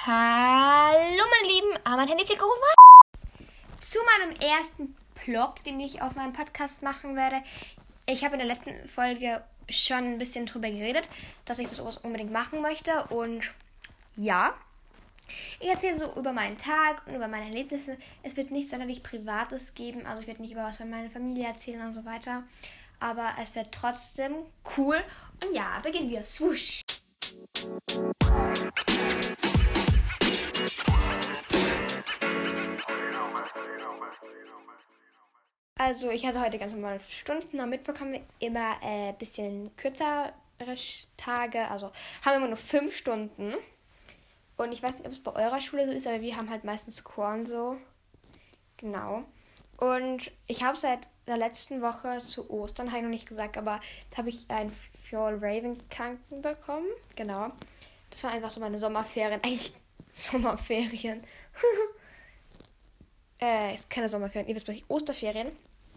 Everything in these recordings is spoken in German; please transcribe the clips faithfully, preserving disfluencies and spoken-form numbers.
Hallo meine Lieben, ah, mein Handy ist gerufen. Zu meinem ersten Vlog, den ich auf meinem Podcast machen werde. Ich habe in der letzten Folge schon ein bisschen drüber geredet, dass ich das unbedingt machen möchte. Und ja, ich erzähle so über meinen Tag und über meine Erlebnisse. Es wird nicht sonderlich Privates geben, also ich werde nicht über was von meiner Familie erzählen und so weiter. Aber es wird trotzdem cool. Und ja, beginnen wir. Swoosh! Also ich hatte heute ganz normale Stunden. Am Mittwoch haben wir immer ein äh, bisschen kürzere Tage. Also haben wir immer nur fünf Stunden. Und ich weiß nicht, ob es bei eurer Schule so ist, aber wir haben halt meistens Korn so. Genau. Und ich habe seit der letzten Woche zu Ostern, habe ich noch nicht gesagt, aber da habe ich ein Fjord-Raven-Kranken bekommen. Genau. Das war einfach so meine Sommerferien. Eigentlich Sommerferien. äh, ist keine Sommerferien. Ihr wisst was ich, Osterferien.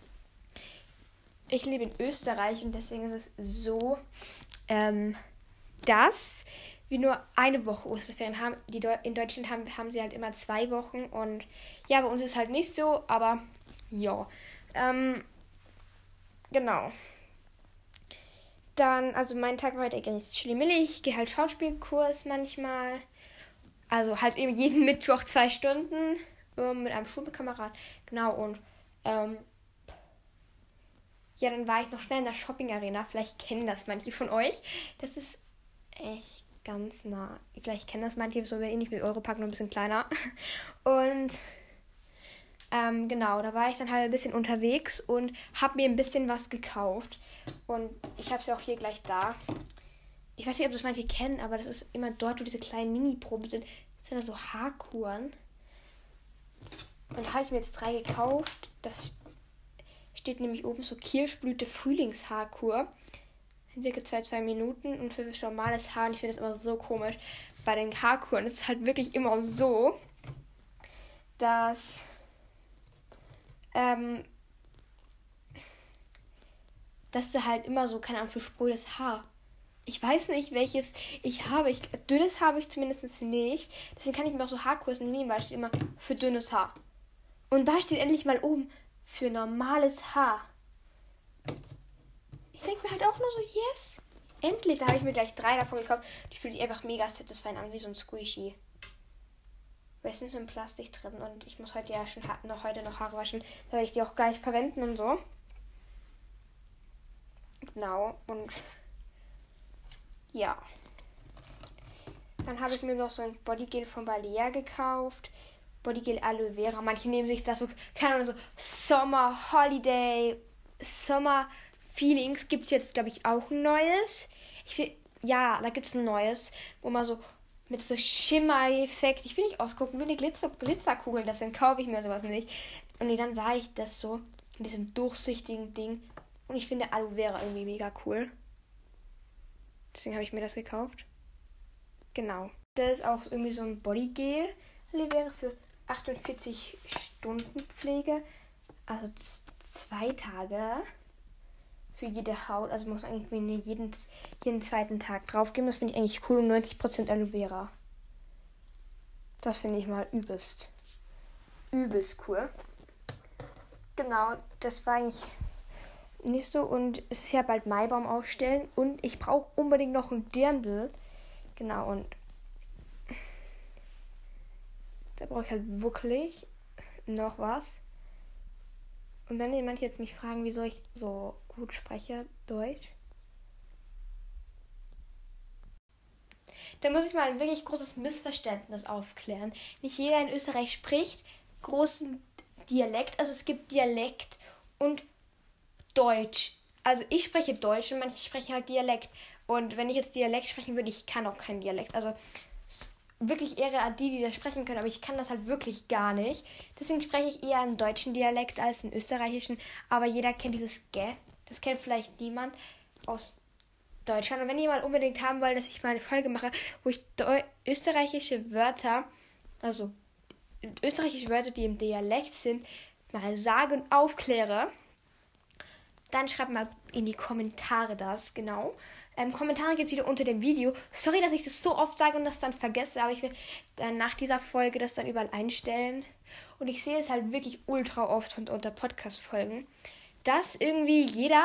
Ich lebe in Österreich und deswegen ist es so, ähm, dass wir nur eine Woche Osterferien haben. Die Deu- in Deutschland haben, haben sie halt immer zwei Wochen und ja, bei uns ist es halt nicht so, aber ja. Ähm, genau. Dann, also mein Tag war heute ganz chillig. Ich gehe halt Schauspielkurs manchmal. Also halt eben jeden Mittwoch zwei Stunden ähm, mit einem Schulkamerad. Genau, und ähm, ja, dann war ich noch schnell in der Shopping-Arena. Vielleicht kennen das manche von euch. Das ist echt ganz nah. Vielleicht kennen das manche, so ähnlich wie Europark, nur ein bisschen kleiner. Und ähm, genau, da war ich dann halt ein bisschen unterwegs und habe mir ein bisschen was gekauft. Und ich habe es ja auch hier gleich da. Ich weiß nicht, ob das manche kennen, aber das ist immer dort, wo diese kleinen Mini-Proben sind. Das sind da so Haarkuren. Und da habe ich mir jetzt drei gekauft. Das steht nämlich oben so Kirschblüte Frühlingshaarkur. Entwickelt zwei, zwei Minuten und für normales Haar. Und ich finde das immer so komisch. Bei den Haarkuren ist es halt wirklich immer so, dass ähm, dass du halt immer so, keine Ahnung, für sprödes Haar. Ich weiß nicht, welches ich habe. Ich, dünnes habe ich zumindest nicht. Deswegen kann ich mir auch so Haarkursen nehmen, weil es steht immer für dünnes Haar. Und da steht endlich mal oben für normales Haar. Ich denke mir halt auch nur so, yes. Endlich, da habe ich mir gleich drei davon gekauft. Die fühlen sich einfach mega satisfying an, wie so ein Squishy. Weil es ist so ein Plastik drin und ich muss heute ja schon noch heute noch Haare waschen. Da werde ich die auch gleich verwenden und so. Genau, und ja. Dann habe ich mir noch so ein Bodygel von Balea gekauft. Bodygel Aloe Vera. Manche nehmen sich das so, keine Ahnung, so Summer Holiday, Summer Feelings. Gibt es jetzt, glaube ich, auch ein neues. Ich will, ja, da gibt es ein neues, wo man so mit so Schimmer-Effekt, ich will nicht ausgucken, wie eine Glitzer Glitzerkugel, deswegen kaufe ich mir sowas nicht. Und dann sah ich das so in diesem durchsichtigen Ding. Und ich finde Aloe Vera irgendwie mega cool. Deswegen habe ich mir das gekauft. Genau. Das ist auch irgendwie so ein Bodygel. Aloe Vera für achtundvierzig Stunden Pflege. Also zwei Tage für jede Haut. Also muss man eigentlich jeden, jeden zweiten Tag drauf geben. Das finde ich eigentlich cool. Und neunzig Prozent Aloe Vera. Das finde ich mal übelst. Übelst cool. Genau, das war eigentlich nicht so. Und es ist ja bald Maibaum aufstellen. Und ich brauche unbedingt noch ein Dirndl. Genau, und da brauche ich halt wirklich noch was. Und wenn ihr manche jetzt mich fragen, wieso ich so gut spreche Deutsch, dann muss ich mal ein wirklich großes Missverständnis aufklären. Nicht jeder in Österreich spricht großen Dialekt. Also es gibt Dialekt und Deutsch. Also ich spreche Deutsch und manche sprechen halt Dialekt. Und wenn ich jetzt Dialekt sprechen würde, ich kann auch keinen Dialekt. Also wirklich Ehre an die, die das sprechen können, aber ich kann das halt wirklich gar nicht. Deswegen spreche ich eher einen deutschen Dialekt als einen österreichischen. Aber jeder kennt dieses Gä. Das kennt vielleicht niemand aus Deutschland. Und wenn jemand unbedingt haben will, dass ich mal eine Folge mache, wo ich Deu- österreichische Wörter, also österreichische Wörter, die im Dialekt sind, mal sage und aufkläre, dann schreibt mal in die Kommentare das, genau. Ähm, Kommentare gibt es wieder unter dem Video. Sorry, dass ich das so oft sage und das dann vergesse, aber ich will dann nach dieser Folge das dann überall einstellen. Und ich sehe es halt wirklich ultra oft und unter Podcast-Folgen, dass irgendwie jeder,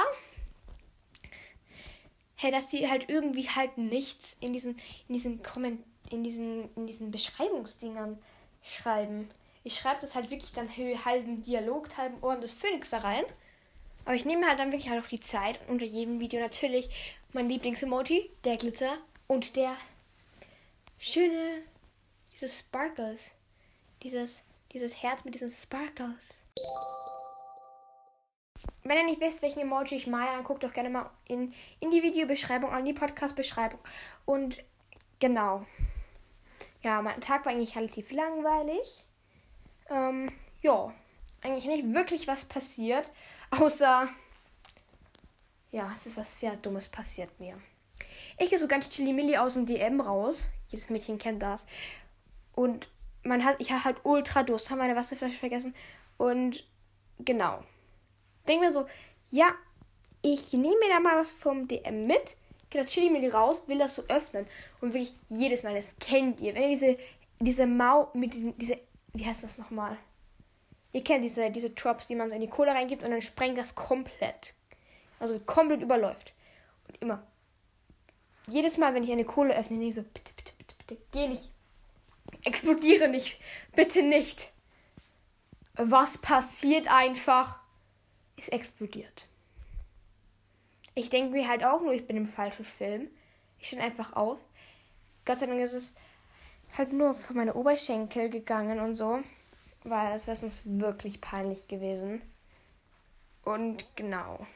hey, dass die halt irgendwie halt nichts in diesen, in diesen Komment, in diesen, in diesen Beschreibungsdingern schreiben. Ich schreibe das halt wirklich dann halben Dialog, halben Ohren des Phönix da rein. Aber ich nehme halt dann wirklich halt auch die Zeit und unter jedem Video natürlich mein Lieblings-Emoji, der Glitzer und der schöne, dieses Sparkles. Dieses, dieses Herz mit diesen Sparkles. Wenn ihr nicht wisst, welchen Emoji ich meine, dann guckt doch gerne mal in, in die Videobeschreibung, an die Podcast-Beschreibung. Und genau. Ja, mein Tag war eigentlich relativ langweilig. Ähm, ja, eigentlich nicht wirklich was passiert. Außer, ja, es ist was sehr Dummes passiert mir. Ich gehe so ganz chilly-milli aus dem D M raus. Jedes Mädchen kennt das. Und man hat, ich habe halt ultra Durst, habe meine Wasserflasche vergessen. Und genau. Denke mir so, ja, ich nehme mir da mal was vom D M mit, gehe das chilly-milli raus, will das so öffnen. Und wirklich jedes Mal, das kennt ihr. Wenn ihr diese, diese Mau, mit diesen, diese, wie heißt das nochmal? Ihr kennt diese, diese Drops, die man so in die Cola reingibt und dann sprengt das komplett. Also komplett überläuft. Und immer. Jedes Mal, wenn ich eine Cola öffne, denke ich so, bitte, bitte, bitte, bitte, geh nicht. Explodiere nicht. Bitte nicht. Was passiert einfach? Es explodiert. Ich denke mir halt auch nur, ich bin im falschen Film. Ich stehe einfach auf. Gott sei Dank ist es halt nur für meine Oberschenkel gegangen und so. Weil es wäre sonst wirklich peinlich gewesen. Und genau.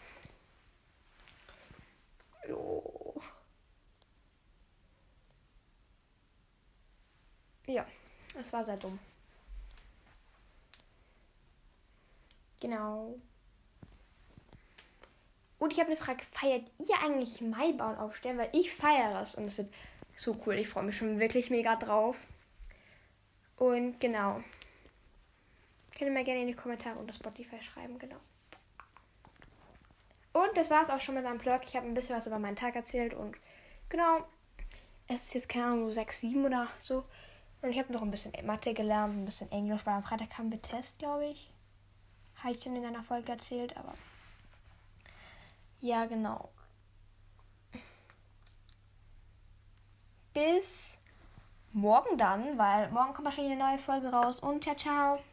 Jo. Ja, es war sehr dumm. Genau. Und ich habe eine Frage, feiert ihr eigentlich Maibauen aufstellen? Weil ich feiere es und es wird so cool. Ich freue mich schon wirklich mega drauf. Und genau. Könnt ihr mir gerne in die Kommentare unter Spotify schreiben, genau. Und das war es auch schon mit meinem Vlog. Ich habe ein bisschen was über meinen Tag erzählt und genau. Es ist jetzt, keine Ahnung, so sechs, sieben oder so. Und ich habe noch ein bisschen Mathe gelernt, ein bisschen Englisch, weil am Freitag haben wir Test, glaube ich. Habe ich schon in einer Folge erzählt, aber ja, genau. Bis morgen dann, weil morgen kommt wahrscheinlich eine neue Folge raus und ciao, ciao.